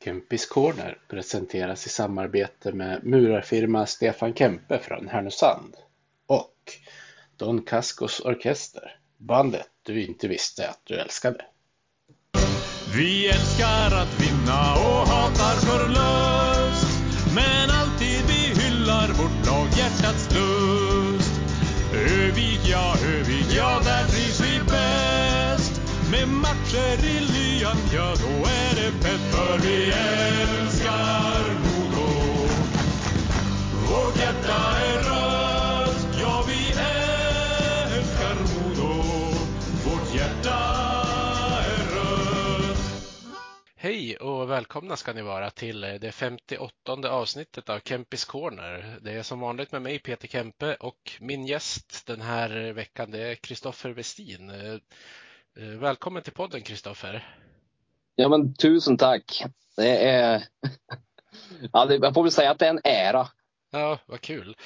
Kempis Corner presenteras i samarbete med murarfirma Stefan Kempe från Härnösand och Don Cascos Orkester, bandet du inte visste att du älskade. Vi älskar att vinna och hatar förlust, men alltid vi hyllar vårt lag hjärtats lust. Övik, ja, där trivs vi bäst. Med matcher i lyan, ja då är det fett. För vi älskar Modo. Vårt hjärta är rött, ja vi älskar Modo. Vårt hjärta är rött. Hej och välkomna ska ni vara till det 58:e avsnittet av Kempis Corner. Det är som vanligt med mig Peter Kempe och min gäst den här veckan det är Kristoffer Westin. Välkommen till podden, Kristoffer. Ja, men tusen tack. Det är... Ja, jag får väl säga att det är en ära. Ja, vad kul.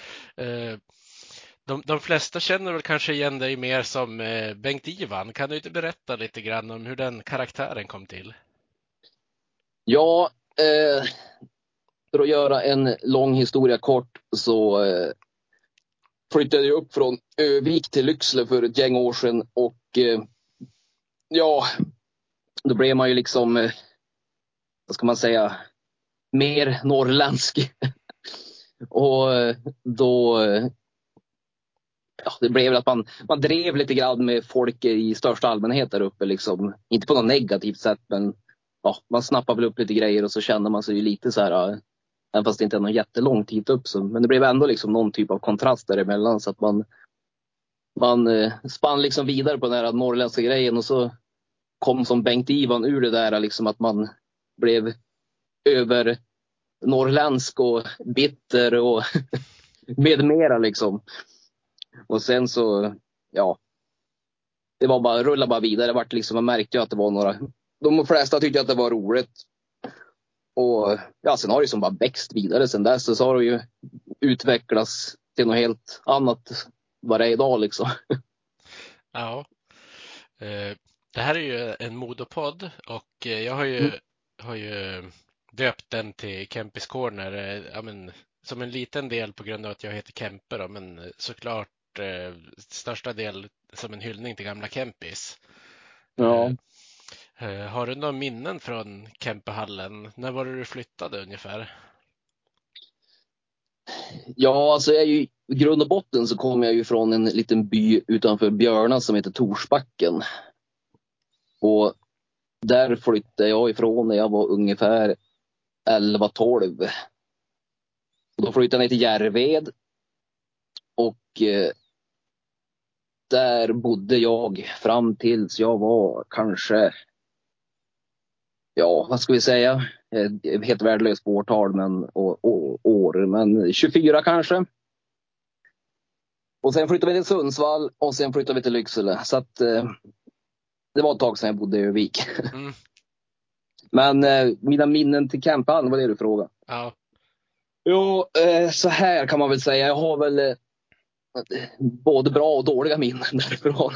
De flesta känner väl kanske igen dig mer som Bengt-Ivan. Kan du inte berätta lite grann om hur den karaktären kom till? Ja, för att göra en lång historia kort så flyttade jag upp från Övik till Lycksele för ett gäng år sedan. Och ja, då blev man ju liksom, vad ska man säga, mer norrländsk. Och då, ja, det blev att man drev lite grann med folk i största allmänhet där uppe. Liksom. Inte på något negativt sätt, men ja, man snappar väl upp lite grejer och så känner man sig ju lite så här, även fast det inte är någon jättelång tid upp. Så, men det blev ändå liksom någon typ av kontrast däremellan så att man spann liksom vidare på den här norrländska grejen och så kom som Bengt-Ivan ur det där liksom att man blev över norrländsk och bitter och med mera liksom. Och sen så, ja, det var bara rulla bara vidare. Det var liksom, man märkte ju att det var några, de flesta tyckte att det var roligt. Och ja, sen har det som bara växt vidare sen dess. Så har det ju utvecklats till något helt annat vad det är idag liksom. Ja, det här är ju en modopodd och jag har ju döpt den till Kempis Corner, ja, men, som en liten del på grund av att jag heter Kempe då, men såklart största del som en hyllning till gamla Kempis. Ja. Har du några minnen från Kempehallen? När var det du flyttade ungefär? Ja, alltså jag är ju, i grund och botten så kommer jag ju från en liten by utanför Björna som heter Torsbacken. Och där flyttade jag ifrån när jag var ungefär 11-12. Och då flyttade jag ner till Järved. Och där bodde jag fram tills jag var kanske, ja vad ska vi säga, helt värdelöst på årtal men, år, men 24 kanske. Och sen flyttade vi till Sundsvall och sen flyttade vi till Lycksele. Så att det var ett tag sedan jag bodde i Övik. Mm. Men mina minnen till Kempehallen, var det du frågade? Ja. Jo, så här kan man väl säga. Jag har väl både bra och dåliga minnen därifrån.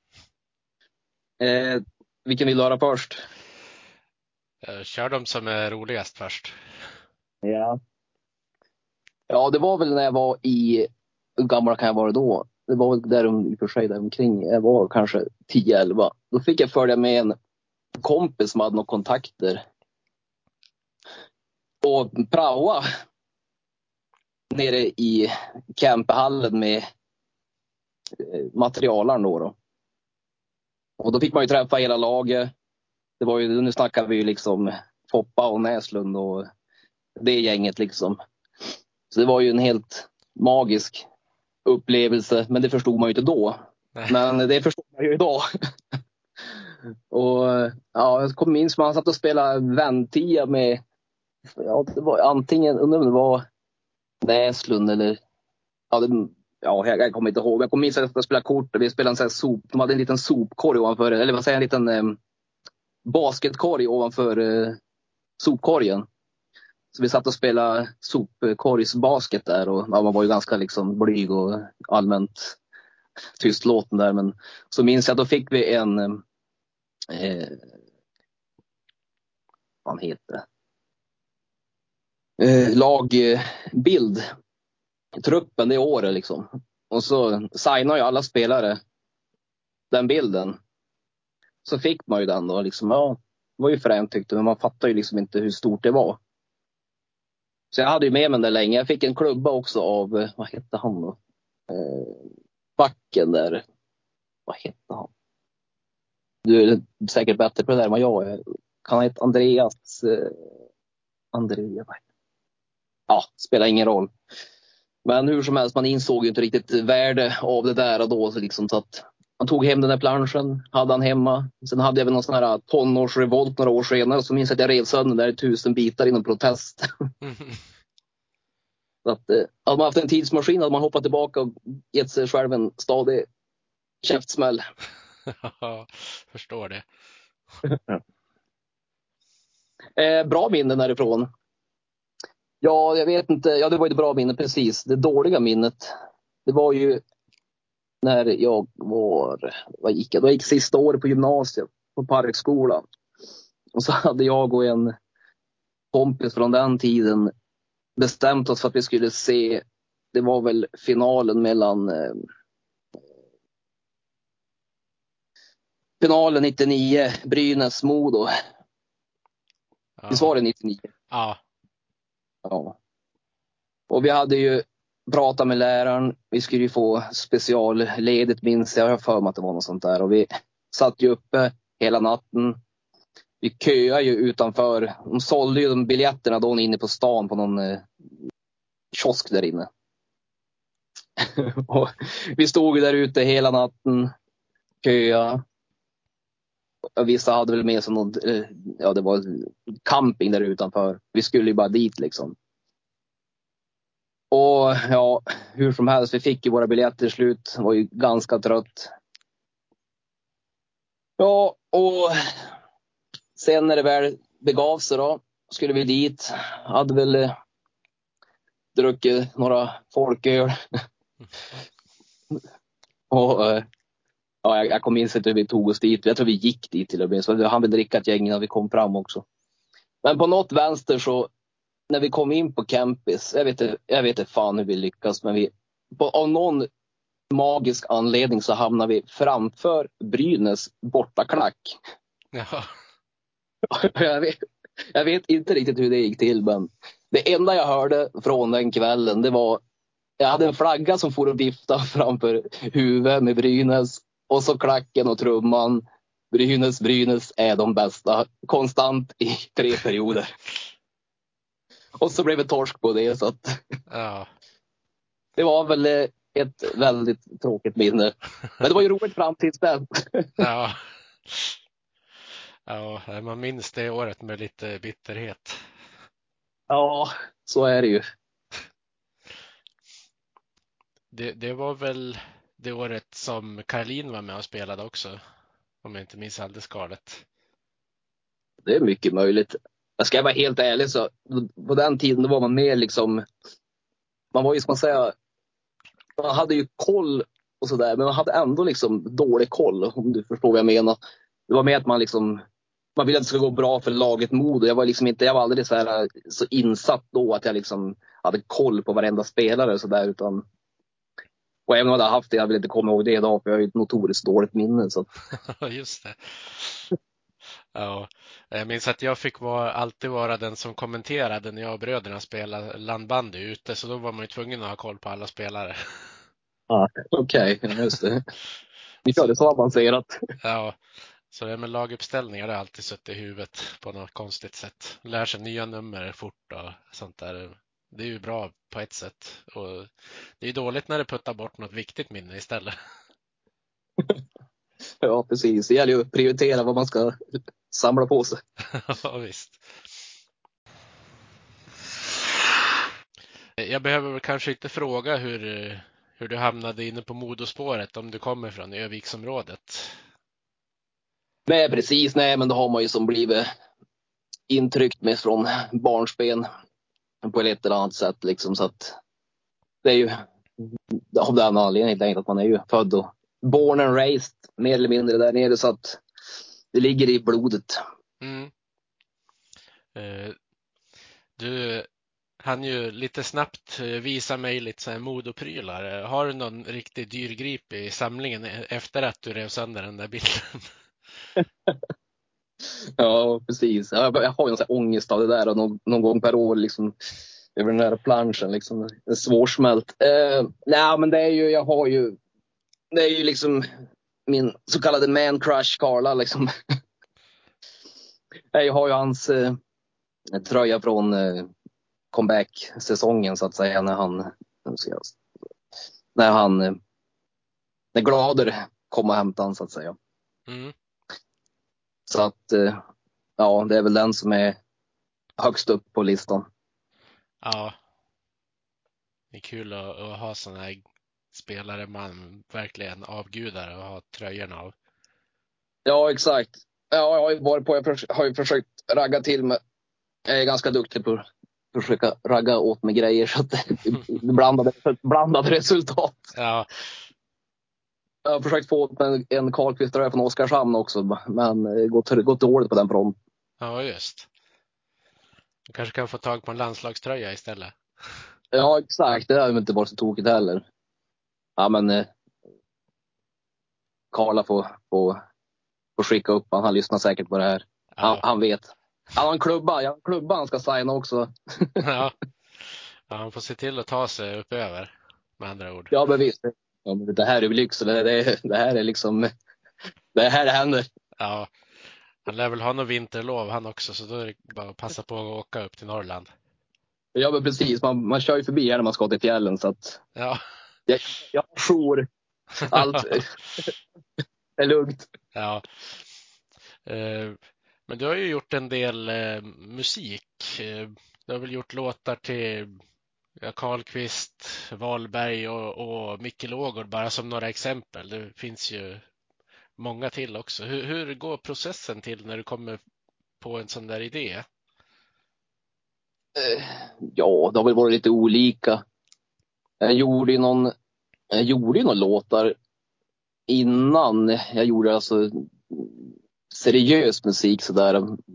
Vilken vill du höra först? Kör de som är roligast först. Ja. Ja, det var väl när jag var i, hur gammal kan jag vara då? Det var väl där i och för sig där omkring. Jag var kanske 10-11. Då fick jag följa med en kompis som hade några kontakter. Och praoa nere i Kempehallen med materialaren då. Och då fick man ju träffa hela laget. Det var ju, nu snackar vi ju liksom Foppa och Näslund och det gänget liksom. Så det var ju en helt magisk upplevelse, men det förstod man ju inte då. Men det förstår man ju idag. Och ja, jag kommer minns man satt och spelade väntia med, ja det var antingen, undrar om det var Näslund eller jag kommer inte ihåg. Jag kommer minns att jag spelade kort och vi spelade en sån här de hade en liten sopkorg ovanför, eller vad säger jag, en liten basketkorg ovanför sopkorgen. Så vi satt och spelade sopkorgsbasket där och ja, man var ju ganska liksom blyg och allmänt tystlåten där, men så minns jag att då fick vi en vad heter det? lagbild i truppen det året liksom. Och så signar ju alla spelare den bilden. Så fick man ju den då liksom, ja, det var ju främt tyckte, men man fattar ju liksom inte hur stort det var. Så jag hade ju med mig den länge. Jag fick en klubba också av, vad hette han då? Backen där. Vad hette han? Du är säkert bättre på det där än vad jag är. Kan han heta Andreas? Andreas? Ja, spelar ingen roll. Men hur som helst, man insåg ju inte riktigt värde av det där och då. Så liksom, så att han tog hem den där planschen, hade han hemma. Sen hade jag väl någon sån här tonårsrevolt några år senare. Så minns jag att jag rev sönder där i 1000 bitar inom protest. Så att, hade man haft en tidsmaskin hade man hoppat tillbaka och gett sig själv en stadig käftsmäll. Ja, förstår det. Bra minnen därifrån. Ja, jag vet inte. Ja, det var ju ett bra minne, precis. Det dåliga minnet, det var ju när jag var, vad gick jag? Då gick sista året på gymnasiet på Parkskolan. Och så hade jag och en kompis från den tiden bestämt oss för att vi skulle se, det var väl finalen mellan finalen 99, Brynäs-Modo. Ja. Visst var det 99? Ja. Ja. Och vi hade ju pratat med läraren. Vi skulle ju få specialledigt, minns jag. Jag har för mig att det var något sånt där. Och vi satt ju uppe hela natten. Vi köade ju utanför. De sålde ju de biljetterna då inne på stan på någon kiosk där inne. Och vi stod ju där ute hela natten. Köa. Vissa hade väl med sig någon, ja det var camping där utanför. Vi skulle ju bara dit liksom. Och ja, hur som helst, vi fick ju våra biljetter slut. Var ju ganska trött. Ja, och sen när det väl begav sig då, skulle vi dit. Hade väl druckit några folköl. Och ja, jag kommer minns inte hur vi tog oss dit. Jag tror vi gick dit till och med. Så han vill dricka ett gäng när vi kom fram också. Men på något vänster så, när vi kom in på campus, jag vet inte fan hur vi lyckas, men av någon magisk anledning så hamnar vi framför Brynäs bortaklack. Ja. Jag vet inte riktigt hur det gick till, men det enda jag hörde från den kvällen, det var, jag hade en flagga som for och viftade framför huvudet med Brynäs, och så klacken och trumman. Brynäs är de bästa, konstant i 3 perioder. Och så blev det torsk på det, så att Ja. det var väl ett väldigt tråkigt minne. Men det var ju roligt fram tills den. Ja. Ja, man minns det året med lite bitterhet. Ja, så är det ju. Det var väl det året som Karlin var med och spelade också, om jag inte minns alldeles galet. Det är mycket möjligt. Jag ska vara helt ärlig, så på den tiden då var man mer liksom, man var ju, som man säger, man hade ju koll och sådär, men man hade ändå liksom dålig koll, om du förstår vad jag menar. Det var mer att man liksom, man ville att det skulle gå bra för laget Modo. Jag var aldrig så insatt då att jag liksom hade koll på varenda spelare och sådär, utan, och även om jag hade haft det, jag vill inte komma ihåg det idag, för jag har ju ett notoriskt dåligt minne. Så. Just det. Ja, jag minns att jag fick alltid vara den som kommenterade när jag och bröderna spelade landbandy ute, så då var man ju tvungen att ha koll på alla spelare. Ja, okej, just det. Vi körde så avancerat. Ja, så det med laguppställningar har alltid suttit i huvudet på något konstigt sätt. Lär sig nya nummer fort och sånt där. Det är ju bra på ett sätt. Och det är dåligt när det puttar bort något viktigt minne istället. Ja, precis. Det gäller ju att prioritera vad man ska samla på sig. Ja, visst. Jag behöver väl kanske inte fråga hur du hamnade inne på Modospåret, om du kommer från Öviksområdet. Nej, precis. Nej, men då har man ju som blivit intryckt med från barnsben på ett eller annat sätt. Liksom, så att det är ju av den anledningen att man är ju född och born and raised mer eller mindre där nere, så att det ligger i blodet. Mm. Du han ju lite snabbt visa mig lite så här modoprylar. Har du någon riktigt dyr grip i samlingen efter att du rev sönder den där bilden? Ja, precis. Jag har ju en sån här ångest av det där och någon gång per år liksom över den där planschen liksom. Det är svårsmält. Nej, men det är ju, det är ju liksom min så kallade man crush Carla liksom. Jag har ju hans tröja från comeback-säsongen så att säga när Glader kom och hämtade han så att säga. Mm. Så att ja, det är väl den som är högst upp på listan. Ja, det är kul att ha sådana här spelare man verkligen avgudar och ha tröjorna av. Ja, exakt. Ja, jag har ju försökt ragga till mig. Jag är ganska duktig på att försöka ragga åt med grejer så att blandade resultat. Ja, Jag har försökt få åt en Karlqvist-tröja från Oskarshamn också, men gått dåligt på den fronten. ja just. Du kanske kan få tag på en landslagströja istället. Ja, exakt. Det har ju inte varit så tokigt heller. Ja, men Karla får skicka upp han. Han lyssnar säkert på det här. Ja. Han vet. Han har en klubba han ska signa också. Ja. Ja, han får se till att ta sig upp över, med andra ord. Ja, men visst. Ja, men det här är Lycksele. Det här är liksom... Det här det händer. Ja, han lär väl ha något vinterlov han också, så då är det bara att passa på att åka upp till Norrland. Ja, men precis. Man kör ju förbi här när man ska till fjällen, så att... Ja. Jag har jour. Allt är lugnt. Ja. Men du har ju gjort en del musik. Du har väl gjort låtar till Karlqvist, Wahlberg och Micke Lågård, bara som några exempel. Det finns ju många till också. Hur går processen till när du kommer på en sån där idé? Ja, det har väl varit lite olika. Jag gjorde ju några låtar innan. Jag gjorde alltså seriös musik sådär.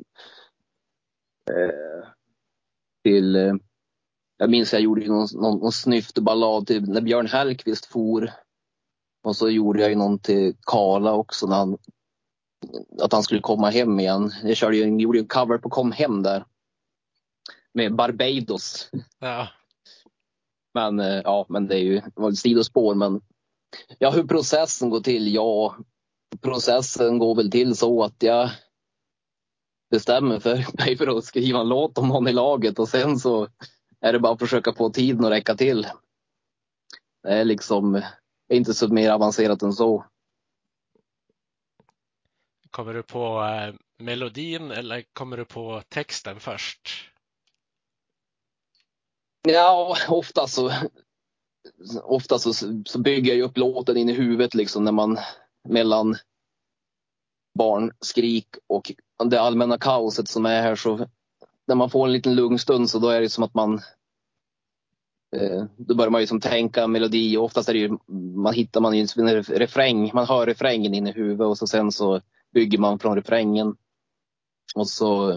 Jag minns jag gjorde ju någon snyftballad till när Björn Hellkvist for. Och så gjorde jag ju någon till Karla också när att han skulle komma hem igen. Jag gjorde en cover på Kom hem där. Med Barbados. Ja. Men men det var ett sidospår. Men ja, hur processen går till? Ja, processen går väl till så att jag bestämmer mig för att skriva en låt om någon i laget. Och sen så är det bara att försöka få tiden att räcka till. Det är liksom inte så mer avancerat än så. Kommer du på melodin eller kommer du på texten först? Ja, ofta så bygger jag ju upp låten in i huvudet liksom när man mellan barnskrik och det allmänna kaoset som är här, så när man får en liten lugn stund så då är det som att då börjar man ju som tänka melodi, och oftast är det ju man ju en refräng, man hör refrängen in i huvudet och så sen så bygger man från refrängen och så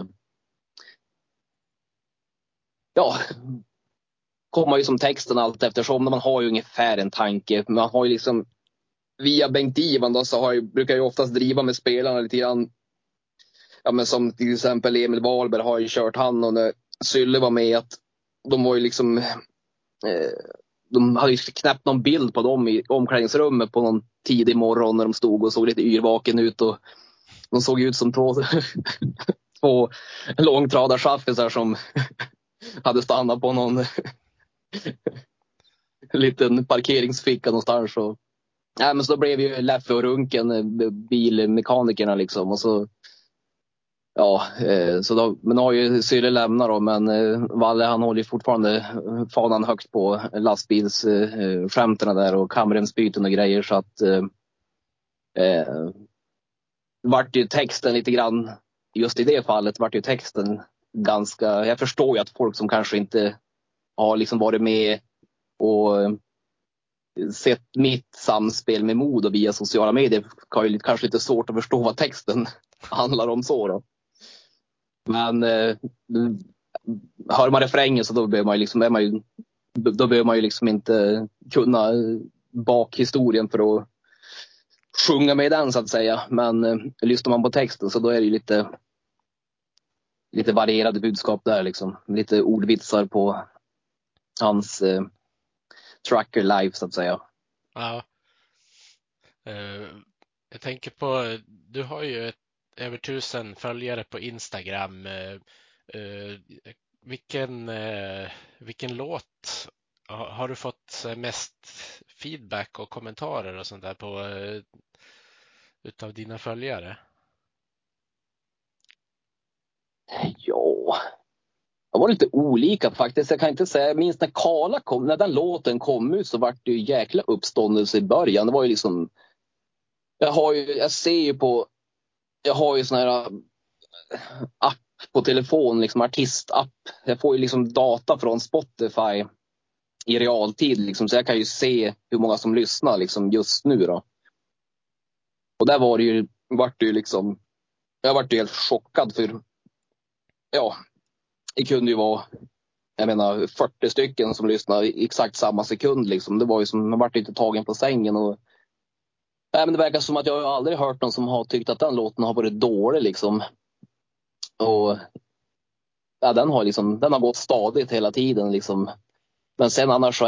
kommer ju som texten allt eftersom. Man har ju ungefär en tanke. Man har ju liksom via Bengt Ivan då, så brukar jag oftast driva med spelarna lite grann. Ja, men som till exempel Emil Wahlberg har ju kört han, och när Sylle var med, att de var ju liksom de hade ju knappt någon bild på dem i omklädningsrummet på någon tidig morgon när de stod och såg lite yrvaken ut, och de såg ut som två långtradarchaffisar som hade stannat på någon liten parkeringsficka någonstans. Men så då blev ju Leffe och Runken bilmekanikerna liksom, och så så då, men har ju Sylle lämnat då, men Valle han håller ju fortfarande fanan högt på lastbilsskämterna där och kamremsbyten och grejer, så att vart ju texten lite grann, just i det fallet vart ju texten ganska, jag förstår ju att folk som kanske inte har liksom varit med och sett mitt samspel med Modo via sociala medier har ju kanske lite svårt att förstå vad texten handlar om så då. Men hör man refrängen så då behöver man ju liksom inte kunna bakhistorien för att sjunga med den så att säga. Men lyssnar man på texten så då är det ju lite varierade budskap där liksom. Lite ordvitsar på hans tracker live så att säga. Ja. Jag tänker på, du har ju över 1000 följare på Instagram. Vilken låt har du fått mest feedback och kommentarer och sånt där på utav dina följare? Ja, det var lite olika faktiskt. Jag kan inte säga, jag minns när Kala kom, när den låten kom ut så var det ju jäkla uppståndelse i början. Det var ju liksom, jag har ju sån här app på telefon, liksom artistapp. Jag får ju liksom data från Spotify i realtid liksom, så jag kan ju se hur många som lyssnar liksom just nu då. Och där var det ju, jag vart ju helt chockad för ja, det kunde ju vara, jag menar 40 stycken som lyssnade i exakt samma sekund liksom. Det var ju som, man vart inte tagen på sängen och men det verkar som att jag har aldrig hört någon som har tyckt att den låten har varit dålig liksom. Och ja, den har gått stadigt hela tiden liksom. Men sen annars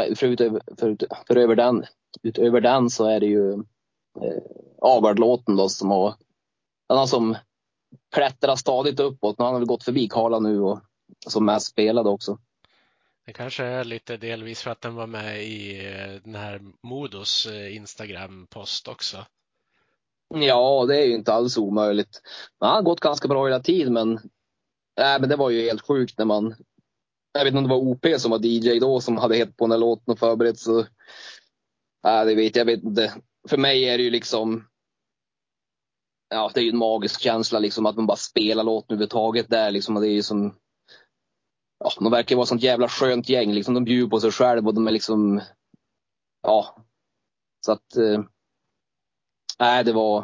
utöver den så är det ju Agard-låten då som som klättrar stadigt uppåt. Han har väl gått förbi Karla nu och som mest spelade också. Det kanske är lite delvis för att den var med i den här Modos Instagram-post också. Ja, det är ju inte alls omöjligt. Han har gått ganska bra hela tiden, men det var ju helt sjukt när man... Jag vet inte om det var OP som var DJ då som hade hett på den här låten och förberett så... Jag vet inte. För mig är det ju liksom... Ja, det är ju en magisk känsla liksom att man bara spelar låten överhuvudtaget där liksom. Och det är ju som... Ja, de verkar vara sånt jävla skönt gäng liksom. De bjuder på sig själv och de är liksom... Ja. Så att... Det var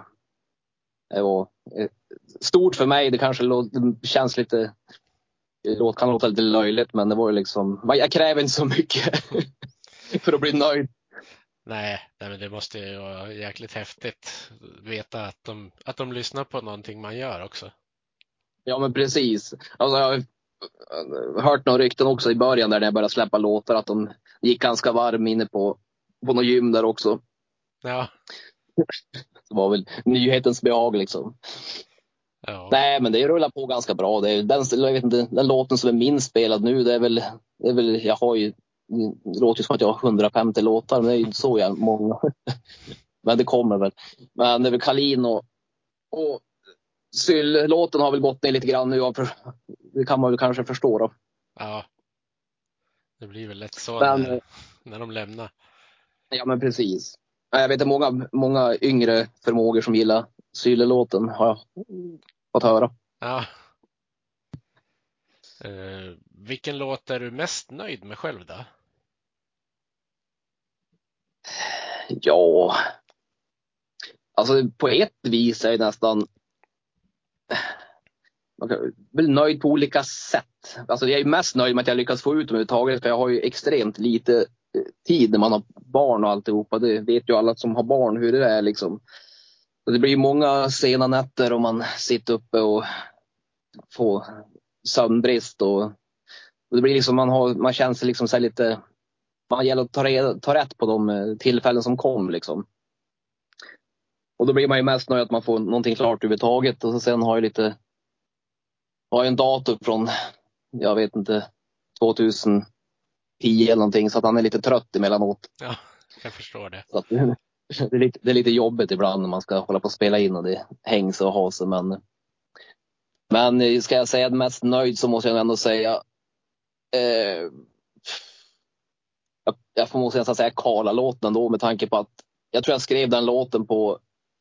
stort för mig. Det kanske känns lite... Det kan låta lite löjligt, men det var ju liksom... Jag kräver inte så mycket för att bli nöjd. Nej, men det måste ju vara jäkligt häftigt veta att de lyssnar på någonting man gör också. Ja, men precis. Alltså, jag har hört några rykten också i början där när jag började släppa låtar att de gick ganska varm inne på något gym där också. Ja. Det var väl nyhetens behag liksom. Ja. Nej, men det rullar på ganska bra. Det är jag vet inte, den låten som är minst spelad nu, det är väl jag har ju, det låter som att jag har 150 låtar, men det är ju inte så jävla många. Men det kommer väl. Men det är väl Kalin och Syl-låten har väl gått ner lite grann nu. Det kan man väl kanske förstå då. Ja. Det blir väl lätt så när de lämnar. Ja, men precis. Jag vet att många yngre förmågor som gillar Syl-låten har jag fått höra. Ja. Vilken låt är du mest nöjd med själv då? Ja, alltså på ett vis är jag nästan väl nöjd på olika sätt. Alltså jag är mest nöjd med att jag lyckas få ut dem överhuvudtaget, för jag har ju extremt lite tid när man har barn och alltihopa. Det vet ju alla som har barn hur det är liksom. Och det blir ju många sena nätter om man sitter uppe och får sömnbrist och det blir liksom man känner sig liksom så lite, man gäller att ta rätt på de tillfällen som kom liksom. Och då blir man ju mest nöjd att man får någonting klart överhuvudtaget. Och så sen har jag en dator från, jag vet inte, 2010 eller någonting, så att han är lite trött emellanåt. Ja, jag förstår det. Så att det är lite jobbigt ibland när man ska hålla på och spela in och det hängs och har sig. Men ska jag säga mest nöjd så måste jag ändå säga jag måste nästan säga Karla-låten då, med tanke på att jag tror jag skrev den låten på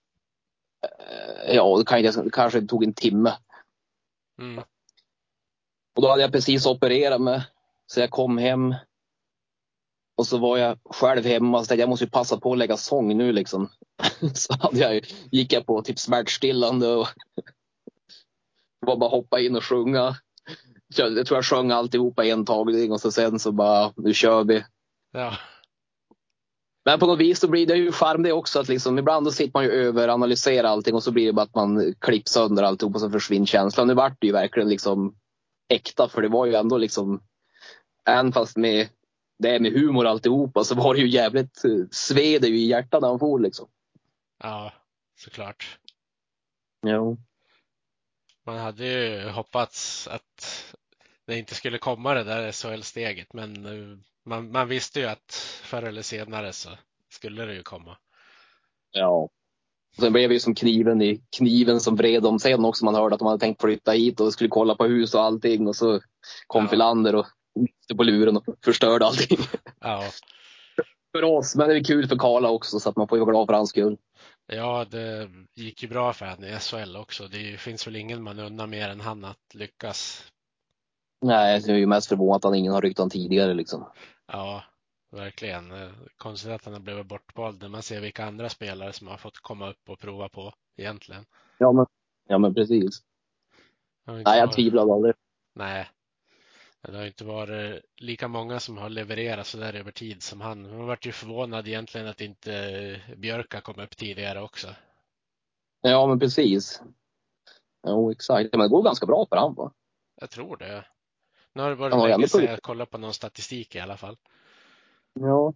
det kanske tog en timme. Mm. Och då hade jag precis opererat mig, så jag kom hem och så var jag själv hemma och så jag måste ju passa på att lägga sång nu liksom. Så gick jag på typ smärtstillande och var bara hoppa in och sjunga. jag tror jag sjöng alltihopa en tagning och så sen så bara, nu kör vi. Ja. Men på något vis så blir det ju charm det också att liksom, ibland då sitter man ju över, analyserar allting och så blir det bara att man klipper sönder alltihop och så försvinner känslan. Nu vart det ju verkligen liksom äkta, för det var ju ändå liksom, även fast med det med humor alltihopa så var det ju jävligt sved ju i hjärtat när han får liksom. Ja, såklart. Jo. Man hade ju hoppats att det inte skulle komma det där SHL-steget, men man visste ju att förr eller senare så skulle det ju komma. Ja. Och sen blev det ju som kniven som vred om sen också. Man hörde att de hade tänkt flytta hit och skulle kolla på hus och allting. Och så kom Filander och lyfte på luren och förstörde allting. Ja. För oss, men det är kul för Karla också, så att man får ju vara glad för hans skull. Ja, det gick ju bra för han i SHL också. Det finns väl ingen man undrar mer än han att lyckas. Nej, jag är ju mest förvånad att ingen har ryckt han tidigare liksom. Ja, verkligen. Konstigt att han har blivit bortvald när man ser vilka andra spelare som har fått komma upp och prova på egentligen. Ja, men precis. Nej, jag tvivlar aldrig. Nej, det har inte varit lika många som har levererat så där över tid som han. Man varit ju förvånad egentligen att inte Björka kom upp tidigare också. Ja, men precis. Jo, exakt. Men det går ganska bra för han, va? Jag tror det. Nu har det varit Han har länge ändå sedan jag kollade på någon statistik i alla fall. Ja.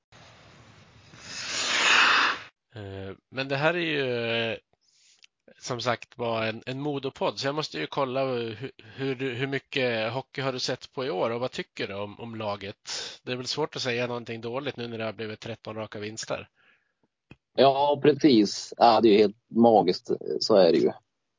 Men det här är ju som sagt var en modopodd, så jag måste ju kolla hur mycket hockey har du sett på i år och vad tycker du om laget? Det är väl svårt att säga någonting dåligt nu när det har blivit 13 raka vinster. Ja, precis. Ja, det är ju helt magiskt. Så är det ju.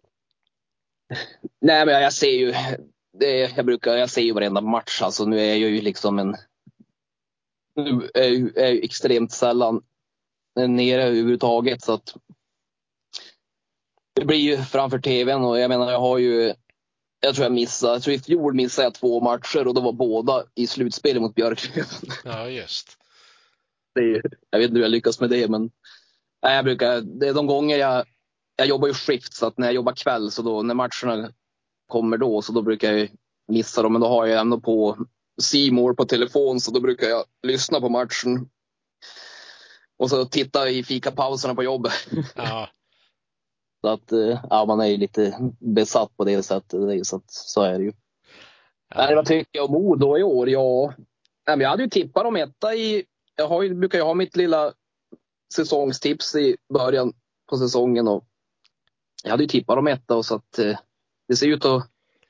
Nej, men jag ser ju jag ser ju varenda match. Alltså nu är jag ju liksom nu är jag ju extremt sällan nere överhuvudtaget, så att det blir ju framför tvn. Och jag menar, jag tror i fjol missade jag 2 matcher och då var båda i slutspelet mot Björklöven. Ja, just. Jag vet inte hur jag lyckas med det, men nej, det är de gånger jag jobbar ju skift, så att när jag jobbar kväll, så då när matcherna kommer så då brukar jag missa dem, men då har jag ändå på C More på telefon, så då brukar jag lyssna på matchen och så titta i fikapauserna på jobbet. Ja. Så att man är ju lite besatt på det sättet, så är det ju. Ja. Nej, vad tycker jag om Modo i år? Ja, nej, men jag hade ju tippat dem etta brukar ju ha mitt lilla säsongstips i början på säsongen, och jag hade ju tippat dem etta, och så att det ser ut att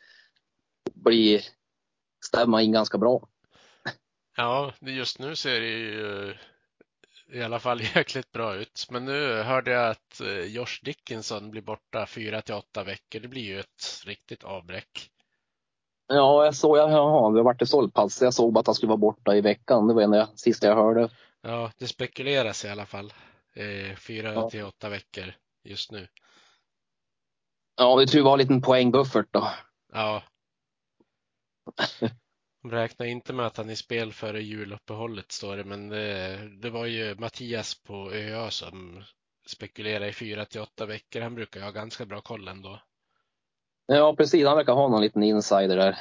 stämma in ganska bra. Ja, just nu ser det ju i alla fall jäkligt bra ut. Men nu hörde jag att Josh Dickinson blir borta 4 till 8 veckor. Det blir ju ett riktigt avbräck. Ja, det vart det så pass. Jag såg bara att han skulle vara borta i veckan. Det var det sista jag hörde. Ja, det spekuleras i alla fall. 4 till 8 veckor just nu. Ja, det tror jag var en liten poängbuffert då. Ja. De räknar inte med att han är i spel före juluppehållet, står det, men det var ju Mattias på ÖA som spekulerade i 4 till 8 veckor. Han brukar ju ha ganska bra koll ändå. Ja, precis. Han verkar ha någon liten insider där.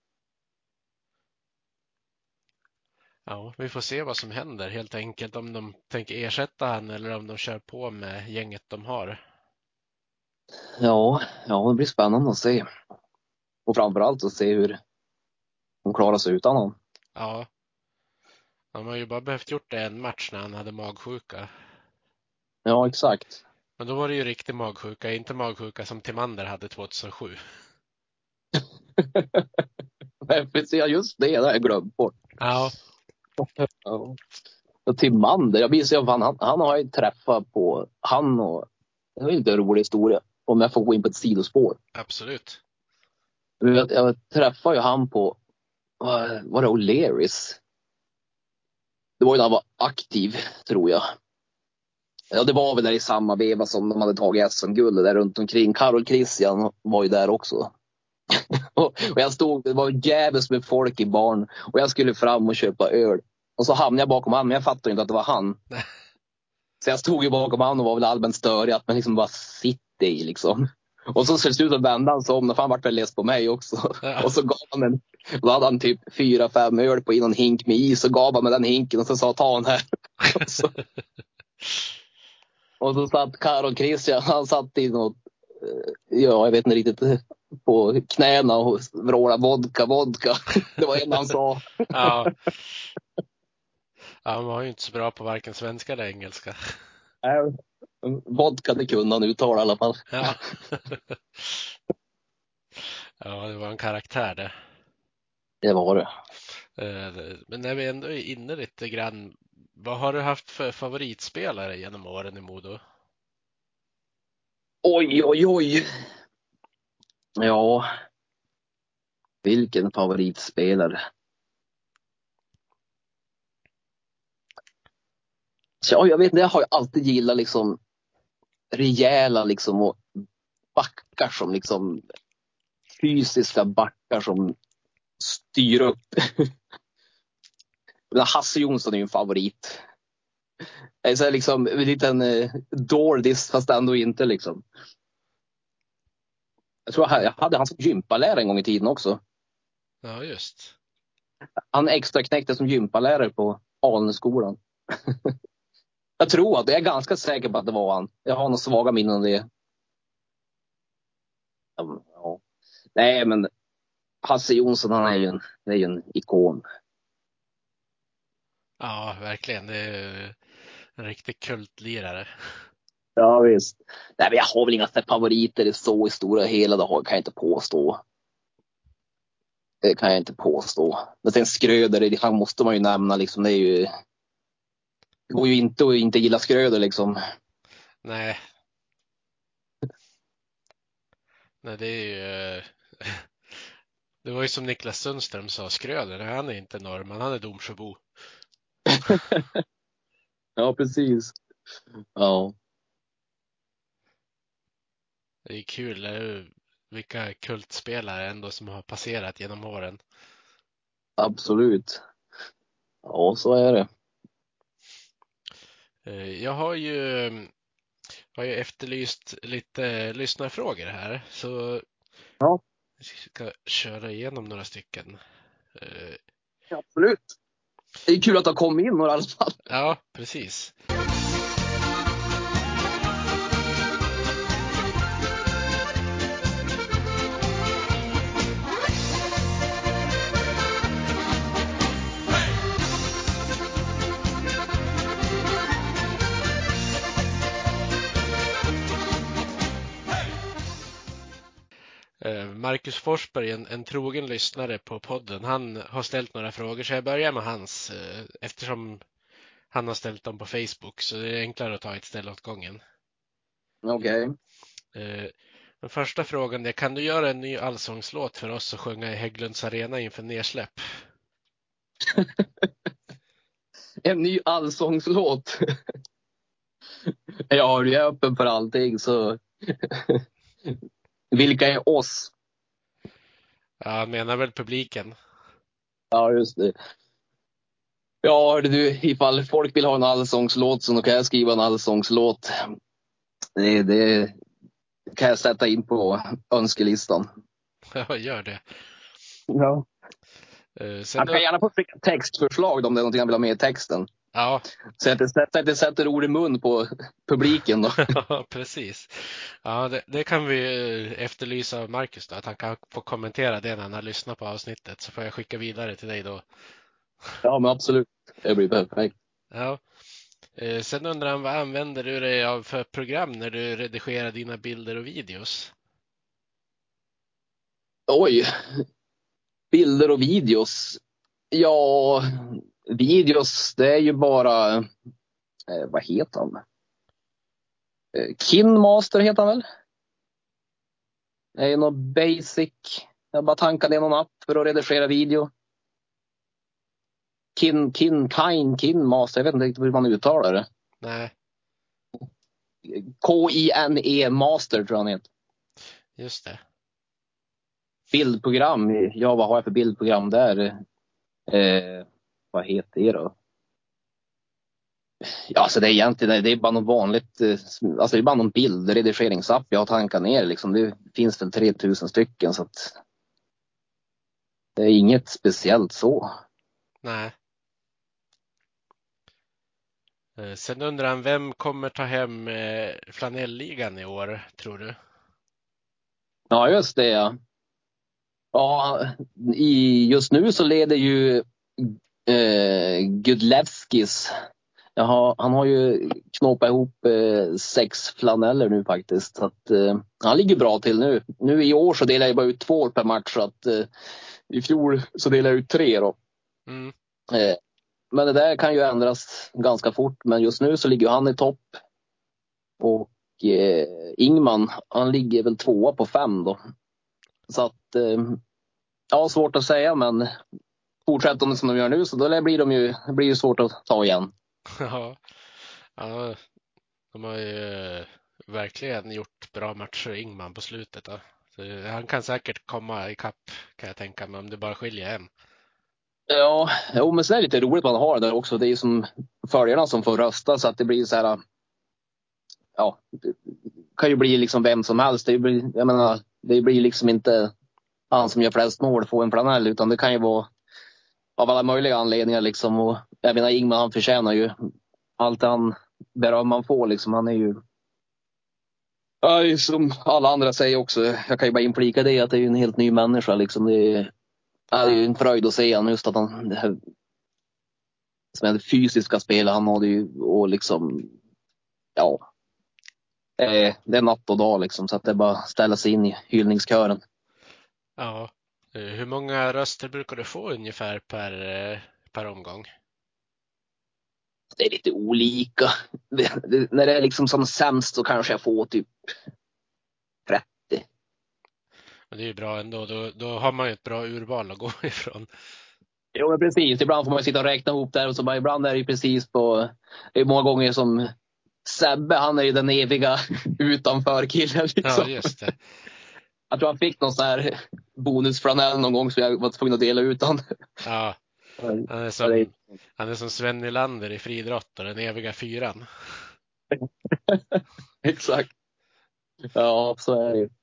Ja, vi får se vad som händer helt enkelt, om de tänker ersätta han eller om de kör på med gänget de har. Ja, det blir spännande att se. Och framförallt att se hur de klarar sig utan honom. Ja, de har ju bara behövt gjort det en match när han hade magsjuka. Ja, exakt. Men då var det ju riktig magsjuka, inte magsjuka som Timander hade 2007. Precis, just det har jag glömt bort. Ja. Ja. Och Timander, jag minns han har ju träffat på han, och det var ju inte en rolig historia om jag får gå in på ett sidospår. Absolut. Jag träffade ju han på, var det O'Learys? Det var ju när han var aktiv, tror jag. Ja, det var väl där i samma veva som de hade tagit SM-guld där runt omkring. Karol Christian var ju där också. och jag stod, det var jävligt med folk i barn, och jag skulle fram och köpa öl. Och så hamnade jag bakom han, men jag fattade inte att det var han. Så jag stod ju bakom han och var väl allmänt störig, att man liksom bara sitter i liksom. Och så ser det ut att vända han som, för han vart väl less på mig också. Ja. Och så gav han då hade han typ 4-5 öl på i någon hink med is, och gav han med den hinken och så sa ta han här. och så satt Karl Christian, han satt i något, ja jag vet inte riktigt, på knäna och vrålade vodka. Det var en han sa. Ja. Ja, man var ju inte så bra på varken svenska eller engelska. Vodka, det kunde han uttala i alla fall. Ja. Ja, det var en karaktär det. Det var det. Men när vi ändå är inne lite grann, vad har du haft för favoritspelare genom åren i Modo? Oj. Ja, vilken favoritspelare. Så, jag vet inte, jag har ju alltid gillat liksom rejäla liksom och backar som liksom fysiska backar som styr upp. Men Hasse Jonsson är ju en favorit. Så här liksom en liten dårdis fast ändå inte liksom. Jag tror jag hade hans gympalärare en gång i tiden också. Ja, just. Han extra knäckte som gympalärare på Alnässkolan. Jag tror att jag är ganska säker på att det var han. Jag har några svaga minnen av det. Ja. Nej, men Hasse Jonsson, han är ju en ikon. Ja, verkligen. Det är en riktig kultlirare. Ja, visst. Nej, men jag har väl inga favoriter så i stora hela. Kan jag inte påstå. Det kan jag inte påstå. Men sen Skröder, han måste man ju nämna liksom. Det är ju... Det går ju inte att inte gilla Skröder liksom. Nej. Nej, det är ju... Det var ju som Niklas Sundström sa, Skröder, han är inte norrman, han är Domsjöbo. Ja, precis. Ja. Det är kul vilka kultspelare ändå som har passerat genom åren. Absolut. Ja, så är det. Jag har ju efterlyst lite lyssnarfrågor här, så Ja, jag ska köra igenom några stycken. absolut. Det är kul att ha kommit in några i alla fall. Ja, precis. Marcus Forsberg, en trogen lyssnare på podden, han har ställt några frågor, så jag börjar med hans eftersom han har ställt dem på Facebook, så det är enklare att ta ett ställe åt gången. Okej. Den första frågan är, kan du göra en ny allsångslåt för oss och sjunga i Hägglunds arena inför nedsläpp? En ny allsångslåt. Ja, jag är öppen för allting, så... Vilka är oss? Ja, han menar väl publiken. Ja, just det. Ja, hörde du, ifall folk vill ha en allsångslåt så kan jag skriva en allsångslåt. Det kan jag sätta in på önskelistan. Ja, gör det. Ja. Sen Han kan gärna få skicka textförslag om det är någonting han vill ha med i texten. Ja, Så att det sätter ord i mun på publiken då. precis. Ja, det kan vi efterlysa av Marcus då, att han kan få kommentera det när han har lyssnat på avsnittet, så får jag skicka vidare till dig då. Ja, men absolut. Det blir perfekt. Ja. Sen undrar han, vad använder du dig av för program när du redigerar dina bilder och videos? Oj. Bilder och videos. Ja, videos, det är ju bara... vad heter han? Kinmaster heter han väl? Det är ju något basic. Jag bara tankade in någon app för att redigera video. Kinmaster. Jag vet inte riktigt hur man uttalar det. Nej, Kine Master tror jag han heter. just det. Bildprogram. Ja, vad har jag för bildprogram där? Vad heter det då? Ja, alltså det är egentligen det är bara något vanligt. Alltså det är bara någon bildredigeringsapp jag har tankat ner liksom. Det finns väl 3000 stycken så att det är inget speciellt så. Nej. Sen undrar han, vem kommer ta hem flanellligan i år, tror du? Ja, just det. Ja, ja just nu så leder ju Gudlevskis. Jaha, han har ju knåpat ihop 6 flaneller nu faktiskt. Så att, han ligger bra till nu. Nu i år så delar jag bara ut 2 per match. Så att, i fjol så delade jag ut 3 då. Mm. Men det där kan ju ändras ganska fort. Men just nu så ligger han i topp. Och Ingman, han ligger väl 2 på 5 då. Så att, ja, svårt att säga. Men fortsätter de som de gör nu så då blir ju svårt att ta igen. Ja, ja, de har ju verkligen gjort bra matcher, Ingman, på slutet då. Så han kan säkert komma ikapp, kan jag tänka mig, om det bara skiljer en. Ja, jo, men sen är det lite roligt att man har det där också. Det är ju som följarna som får rösta så att det blir så här. Ja, det kan ju bli liksom vem som helst. Jag menar, det blir liksom inte han som gör flest mål får en flanell utan det kan ju vara av alla möjliga anledningar liksom. Och jag menar, Ingman, han förtjänar ju allt han beröm man får liksom. Han är ju, ja, som alla andra säger också. Jag kan ju bara inflika det att det är en helt ny människa liksom. Det är ju en fröjd att se han just att han, det här, som är det fysiska spelet han hade ju och liksom, ja, det är natt och dag liksom, så att det är bara att ställa sig in i hyllningskören. Ja, hur många röster brukar du få ungefär per omgång? Det är lite olika. När det är liksom som sämst så kanske jag får typ 30. Och det är ju bra ändå, då har man ju ett bra urval att gå ifrån. Jo, men precis. Ibland får man sitta och räkna ihop där och så bara, ibland är det ju precis på, det är många gånger som Sebbe, han är ju den eviga utanför killen liksom. Ja, just det. Jag tror han fick någon sån här bonusflanell någon gång så jag var tvungen att dela ut han. Ja, han är som Sven Nylander i friidrott och den eviga fyran. Exakt. Ja, så är det ju.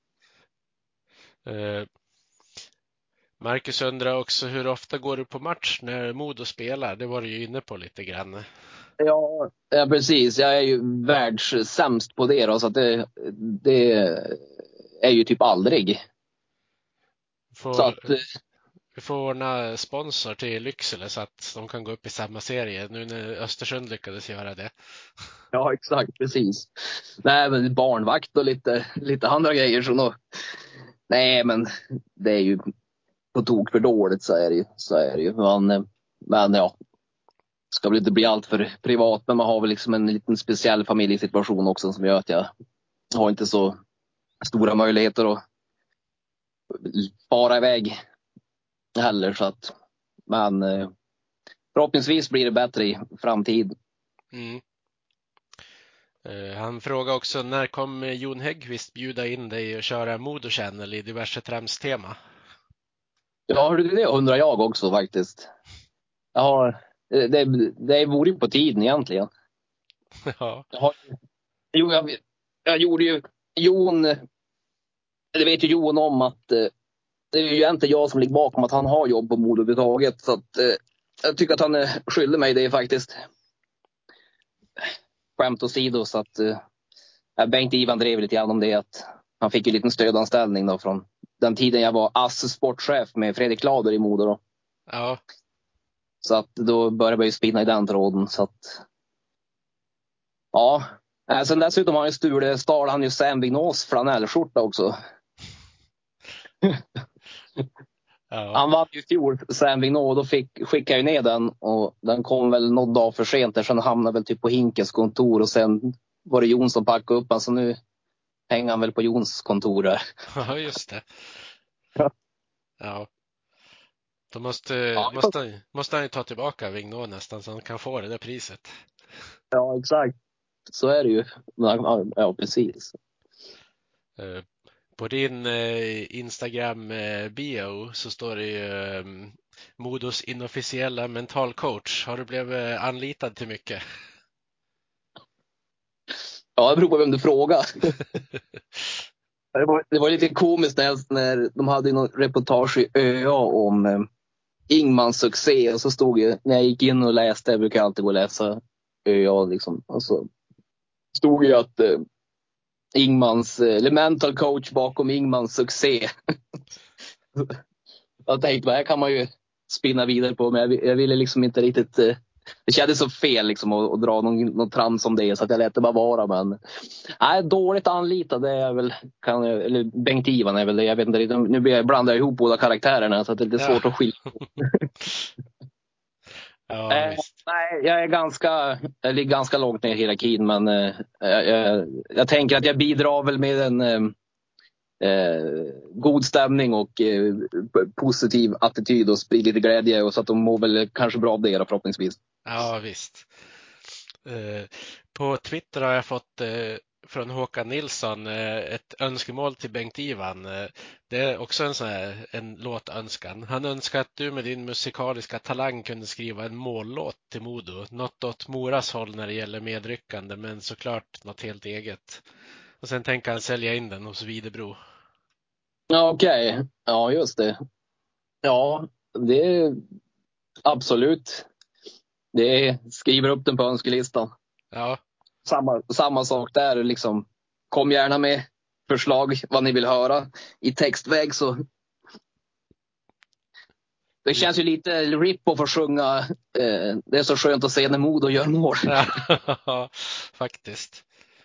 Marcus undrar också, hur ofta går du på match när Modo spelar? Det var du ju inne på lite grann. Ja, precis. Jag är ju världssämst på det då, så att det är ju typ aldrig. Så att, Vi får ordna sponsor till Lycksele så att de kan gå upp i samma serie nu när Östersund lyckades göra det. ja, exakt, precis. Nej, men barnvakt och lite andra grejer. Nej, men det är ju på tok för dåligt, så är det ju. Så är det ju. Men ja, ska väl inte bli allt för privat, men man har väl liksom en liten speciell familjesituation också som gör att jag har inte så stora möjligheter att fara iväg heller. Så att, men förhoppningsvis blir det bättre i framtiden. Mm. Han frågar också, när kommer Jon Häggkvist bjuda in dig och köra Modo Channel i diverse tramstema? Ja, det undrar jag också faktiskt. Ja, det vore ju på tiden egentligen. Ja. Jo, jag gjorde ju Jon, det vet ju Jon om att det är ju inte jag som ligger bakom att han har jobb på Modo överhuvudtaget. Så att jag tycker att han skyller mig det faktiskt. Skämt åsido, så att Bengt-Ivan drev lite grann om det, att han fick en liten stödanställning då från den tiden jag var sportchef med Fredrik Lader i Modo då. Ja. Så att då började jag ju spinna i den tråden, så att ja. Sen dessutom har han ju Sam Vignås flanellskjorta också. Ja. Han vann ju i fjol, Sam Vignot, och då skickade jag ner den och den kom väl någon dag för sent där, sen hamnade väl typ på Hinkes kontor och sen var det Jon som packade upp han, så nu hänger han väl på Jons kontor där. Ja, just det. Ja. Ja. Då Ja, måste han ju ta tillbaka Vignå nästan så han kan få det där priset. ja, exakt. Så är det ju. Ja, precis. På din Instagram bio så står det ju Modos inofficiella mentalcoach. Har du blivit anlitad till mycket? Ja, det beror på vem du frågar. Det var lite komiskt när de hade någon reportage i ÖA om Ingmans succé. Och så stod ju, när jag gick in och läste, jag brukar alltid gå och läsa ÖA liksom. Och så stod ju att Ingmans, eller mental coach bakom Ingmans succé. Jag tänkte, vad här kan man ju spinna vidare på, men jag ville liksom inte riktigt. Det kändes så fel liksom att dra någon trams om det, så att jag lät det bara vara. Men nej, dåligt anlitad, det är väl, eller Bengt-Ivan är väl det, jag vet inte, nu blandar jag ihop båda karaktärerna så att det är lite svårt att skilja. Ja, visst. Nej, jag ligger ganska långt ner i hierarkin, men jag tänker att jag bidrar väl med en god stämning och positiv attityd och sprider lite glädje, och så att de mår väl kanske bra av det då, förhoppningsvis. Ja, visst. På Twitter har jag fått från Håkan Nilsson ett önskemål till Bengt-Ivan. Det är också en låtönskan. Han önskar att du med din musikaliska talang kunde skriva en mållåt till Modo. Något åt Moras håll när det gäller medryckande, men såklart något helt eget. Och sen tänker han sälja in den hos Videbro. Ja, okej. Ja, just det. Ja, det är absolut. Skriver upp den på önskelistan. Ja. Samma sak där liksom. Kom gärna med förslag vad ni vill höra i textväg, så det känns ju lite rip att få sjunga det är så skönt att se när Modo gör mål. Ja, faktiskt.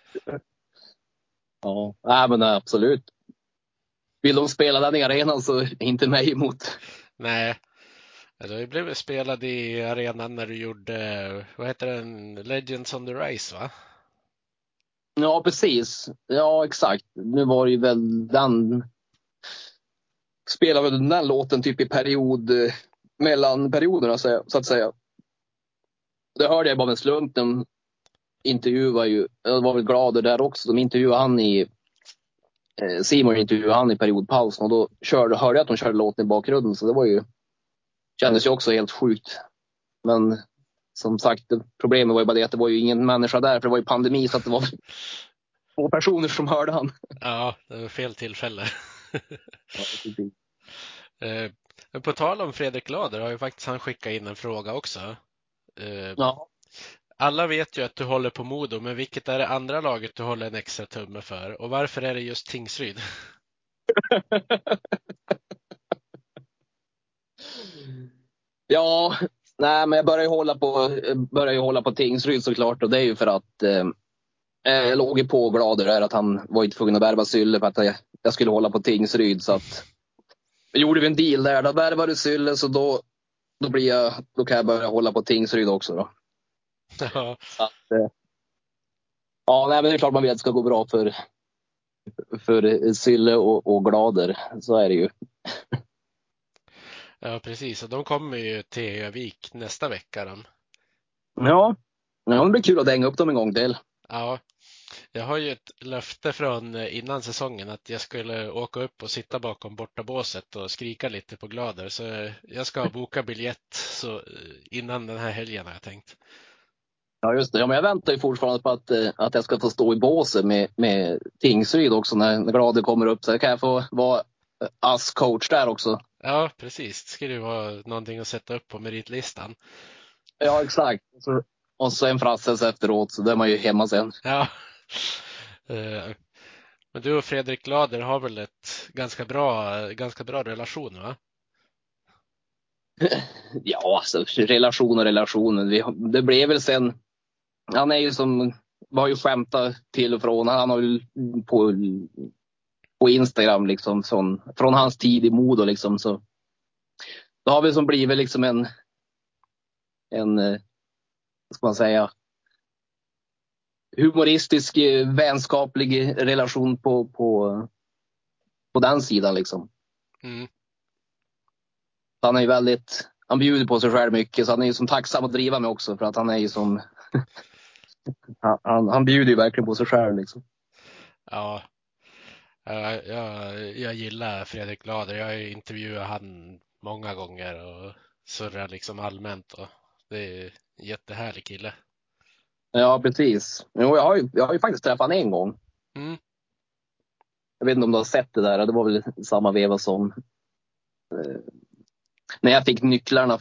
Ja, nej, men absolut. Vill de spela den i arenan så inte mig emot. Nej, det blev spelad i arenan när du gjorde, vad heter den, Legends on the Rise, va? Ja, precis. Ja, exakt. Nu var det ju väl spelade väl den låten typ i mellan perioderna, så att säga. Det hörde jag bara med slump. De intervjuade ju, jag var väl glad där också. De intervjuade han i Simon intervjuade han i periodpausen, och då hörde jag att de körde låten i bakgrunden, så det var ju, kändes ju också helt sjukt. Men som sagt, problemet var ju bara det att det var ju ingen människa där, för det var ju pandemi, så att det var 2 personer som hörde han. Ja, det var fel tillfälle. Ja, Men på tal om Fredrik Lader har ju faktiskt han skickat in en fråga också. ja. Alla vet ju att du håller på Modo, men vilket är det andra laget du håller en extra tumme för? Och varför är det just Tingsryd? Ja, nej, men jag börjar ju hålla på Tingsryd såklart, och det är ju för att jag låg ju på Glader där att han var inte tvungen att värva Sylle för att jag skulle hålla på Tingsryd, så att gjorde vi en deal där, då värvade Sylle, så då kan jag börja hålla på Tingsryd också då. Ja. Så att, ja, nej, men det är klart man vill att det ska gå bra för Sylle och Glader, så är det ju. Ja, precis. Och de kommer ju till Övik nästa vecka. Ja, det blir kul att dänga upp dem en gång till. Ja, jag har ju ett löfte från innan säsongen att jag skulle åka upp och sitta bakom bortabåset och skrika lite på Glader. Så jag ska boka biljett innan den här helgen har jag tänkt. Ja, just det. Ja, men jag väntar ju fortfarande på att jag ska få stå i båset med Tingsryd också när Glader kommer upp. Så kan jag få vara coach där också. Ja, precis. Det skulle ju vara någonting att sätta upp på meritlistan. Ja, exakt. Och så en frastelse efteråt, så där är man ju hemma sen. Ja. Men du och Fredrik Glader har väl ett ganska bra relation, va? Ja, alltså relation och relationen. Det blev väl sen. Han är ju som, vi har ju skämtat till och från. Han har ju på Instagram liksom från hans tid i Modo liksom, så då har vi som blivit liksom en vad ska man säga, humoristisk, vänskaplig relation på den sidan liksom. Mm. Han är ju han bjuder på sig själv mycket, så han är ju som tacksam att driva med också, för att han är ju som han bjuder ju verkligen på sig själv liksom. Ja, jag gillar Fredrik Glader. Jag har ju intervjuat han många gånger och surrar liksom allmänt. Och det är en jättehärlig kille. Ja, precis. Jo, jag har ju faktiskt träffat honom en gång. Mm. Jag vet inte om du har sett det där. Det var väl samma veva som när jag fick nycklarna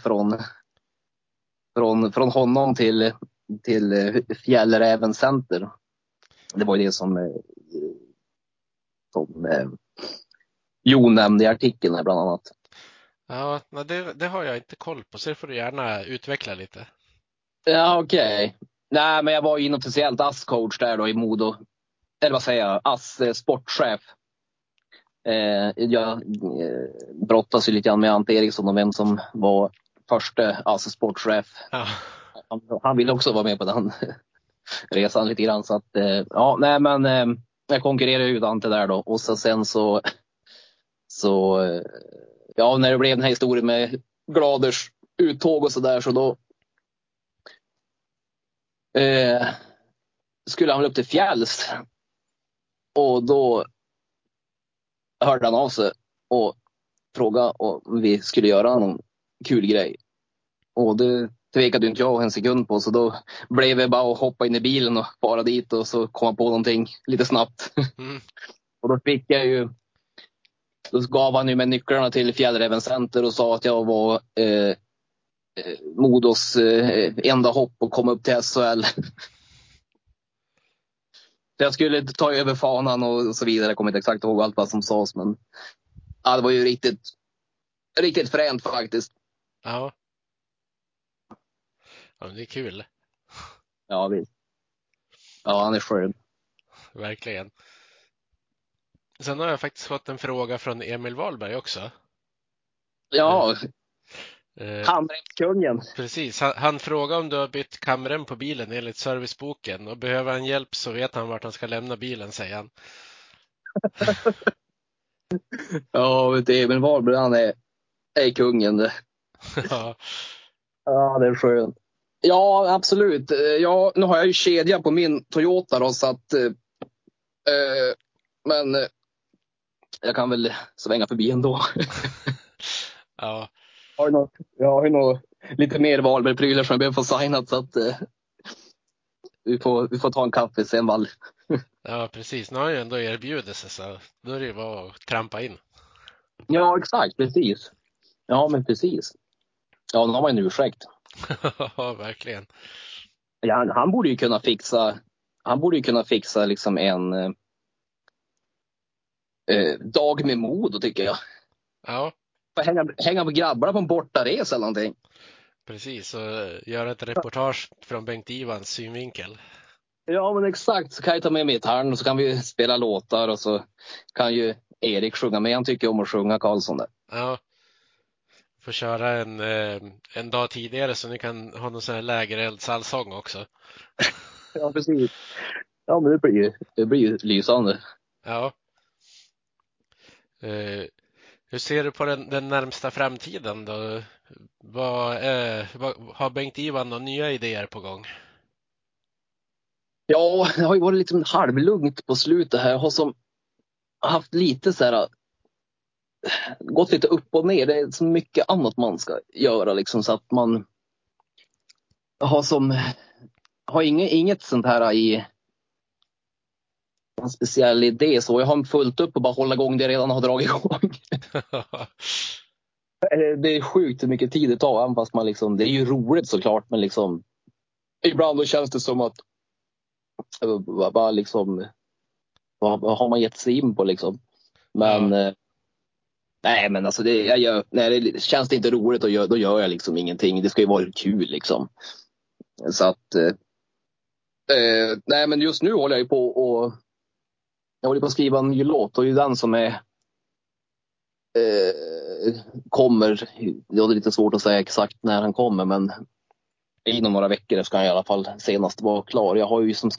från honom till Fjällräven Center. Det var ju det som Jon nämnde i artikeln här, bland annat. Ja, nej, det har jag inte koll på, så det får du gärna utveckla lite. Ja, okej. Nej, men jag var ju inofficiellt ASS-coach där då i Modo. Eller vad säger jag? ASS-sportchef. Jag brottas ju lite grann med Ante Eriksson om vem som var första ASS-sportchef. Ja. Han ville också vara med på den resan lite grann. Så att, ja, nej, men jag konkurrerade ut Ante där då. Och sen så ja, när det blev den här historien med Gladers uttåg och så där, så då skulle han väl upp till fjälls. Och då hörde han av sig och frågade om vi skulle göra någon kul grej. Och det tvekade inte jag en sekund på, så då blev det bara att hoppa in i bilen och fara dit och så komma på någonting lite snabbt. Mm. Och då fick jag ju, då gav han ju med nycklarna till Fjällräven Center och sa att jag var Modos enda hopp och komma upp till SHL. Jag skulle ta över fanan och så vidare. Jag kommer inte exakt ihåg allt vad som sades, men ja, det var ju riktigt fränt faktiskt. Ja. Ja, men det är kul. Ja, visst. Ja, han är skön. Verkligen. Sen har jag faktiskt fått en fråga från Emil Wahlberg också. Ja, Eh, handremskungen. Precis, han frågar om du har bytt kamrem på bilen enligt serviceboken, och behöver han hjälp så vet han vart han ska lämna bilen, säger han. Ja, vet du, Emil Wahlberg, han är kungen. Ja, Ja, det är skön. Ja, absolut. Ja, nu har jag ju kedja på min Toyota då, så att men jag kan väl svänga förbi ändå. ja, Jag har ju något lite mer Wahlberg-prylar som jag behöver få signat, så att vi får ta en kaffe sen, Wall. ja, precis. Nu har han ju ändå erbjudit sig, så då är det ju bara att trampa in. Ja, exakt, precis. Ja, men precis. Ja, nu har man en ursäkt. Ja, verkligen. Ja, han borde ju kunna fixa liksom en dag med mod, tycker jag. Ja, Hänga på grabbarna på en bortaresa eller någonting. precis. Och göra ett reportage från Bengt-Ivans synvinkel. Ja, men exakt. Så kan jag ta med mig gitarren och så kan vi spela låtar och så kan ju Erik sjunga med. Han tycker om att sjunga, Karlsson där. Ja, får köra en dag tidigare så ni kan ha någon sån här lägereldsallsång också. Ja, precis. Ja, men det blir ju lysande. Ja. Hur ser du på den närmsta framtiden då? Vad har Bengt-Ivan några nya idéer på gång? Ja, det har ju varit liksom halvlugnt på slutet här. Jag har haft lite så här, gått lite upp och ner. Det är så mycket annat man ska göra liksom, så att man har inget sånt här i en speciell idé. Så jag har fullt upp och bara hålla igång det jag redan har dragit igång. Det är sjukt hur mycket tid det tar, även fast man liksom, det är ju roligt såklart, men liksom ibland då känns det som att vad liksom, vad har man gett sig in på liksom. Men Ja, nej, men alltså det känns det inte roligt att göra, då gör jag liksom ingenting. Det ska ju vara kul liksom. Så att nej, men just nu håller jag ju jag håller på att skriva en ny låt, och ju den som är kommer. Ja, det är lite svårt att säga exakt när han kommer, men inom några veckor ska han i alla fall senast vara klar. Jag har ju som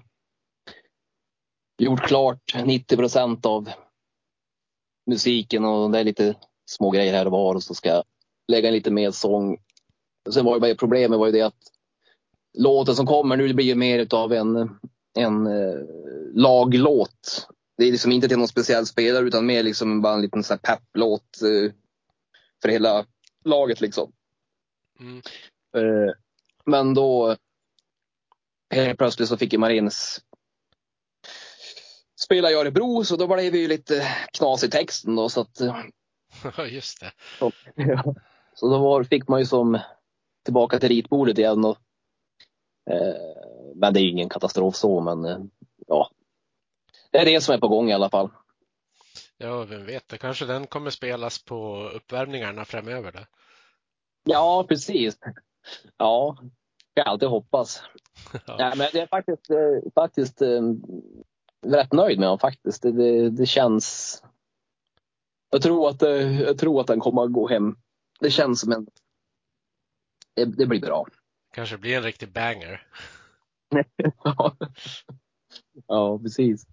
gjort klart 90% av musiken, och det är lite små grejer här och var, och så ska jag lägga in lite mer sång. Sen var ju bara problemet var ju det att låten som kommer nu blir ju mer utav en laglåt. Det är liksom inte till någon speciell spelare, utan mer liksom bara en liten så här pepplåt för hela laget liksom. mm, Men då helt plötsligt så fick ju Marins spela i Örebro, så då blev det ju lite knas i texten då, så att Ja, just det. ja. Så då fick man ju som tillbaka till ritbordet igen och, men det är ju ingen katastrof så, men ja, det är det som är på gång i alla fall. Ja, vem vet, det kanske den kommer spelas på uppvärmningarna framöver då. Ja, precis. Ja, jag alltid hoppas. Ja. Ja, men det är faktiskt rätt nöjd med honom faktiskt. Det känns... Jag tror att den kommer att gå hem. Det känns som en... Det blir bra. Kanske blir en riktig banger. Ja, precis.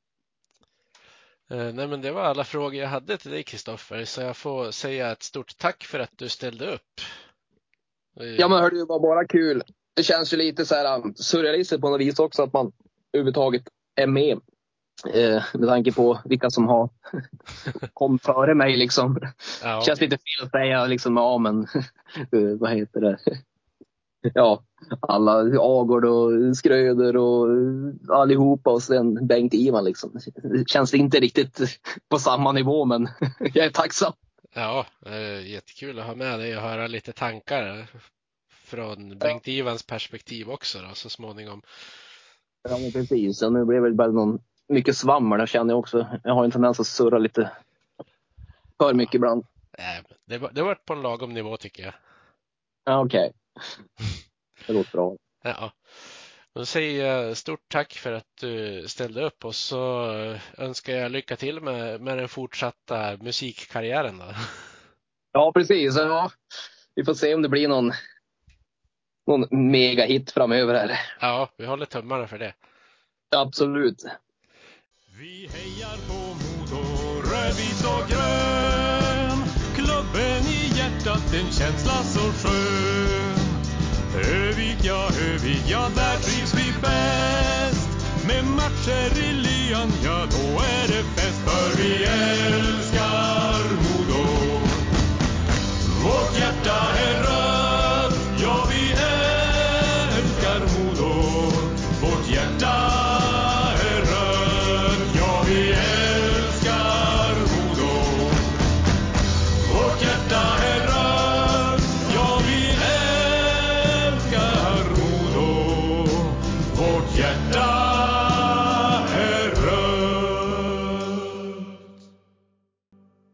Nej, men det var alla frågor jag hade till dig, Kristoffer, så jag får säga ett stort tack för att du ställde upp. Ja, men hörde, det var bara kul. Det känns ju lite så här surrealistiskt på något vis också att man överhuvudtaget är med. Med tanke på vilka som har kom före mig liksom. Ja. Känns lite fel att säga liksom, ja men vad heter det? Ja, alla Agård och Skröder och allihopa och sen Bengt-Ivan liksom. Det känns inte riktigt på samma nivå, men jag är tacksam. Ja, jättekul att ha med dig och höra lite tankar från Bengt-Ivans perspektiv också då, så småningom. Ja, men precis. Och nu blev det bara mycket svammel, jag känner jag också. Jag har en tendens att surra lite för mycket ibland. Det var på en lagom nivå tycker jag. Ja, okej. Det låter bra. Ja. Då säger jag stort tack för att du ställde upp, och så önskar jag lycka till med den fortsatta musikkarriären då. Ja, precis. Ja. Vi får se om det blir någon megahit framöver här. Ja, vi håller tummarna för det. Absolut. Vi hejar på Modo, rödvit och grön. Klubben i hjärtat, en känsla så skön. Övik, ja, där trivs vi bäst. Med matcher i lyan, ja då är det fest. För vi är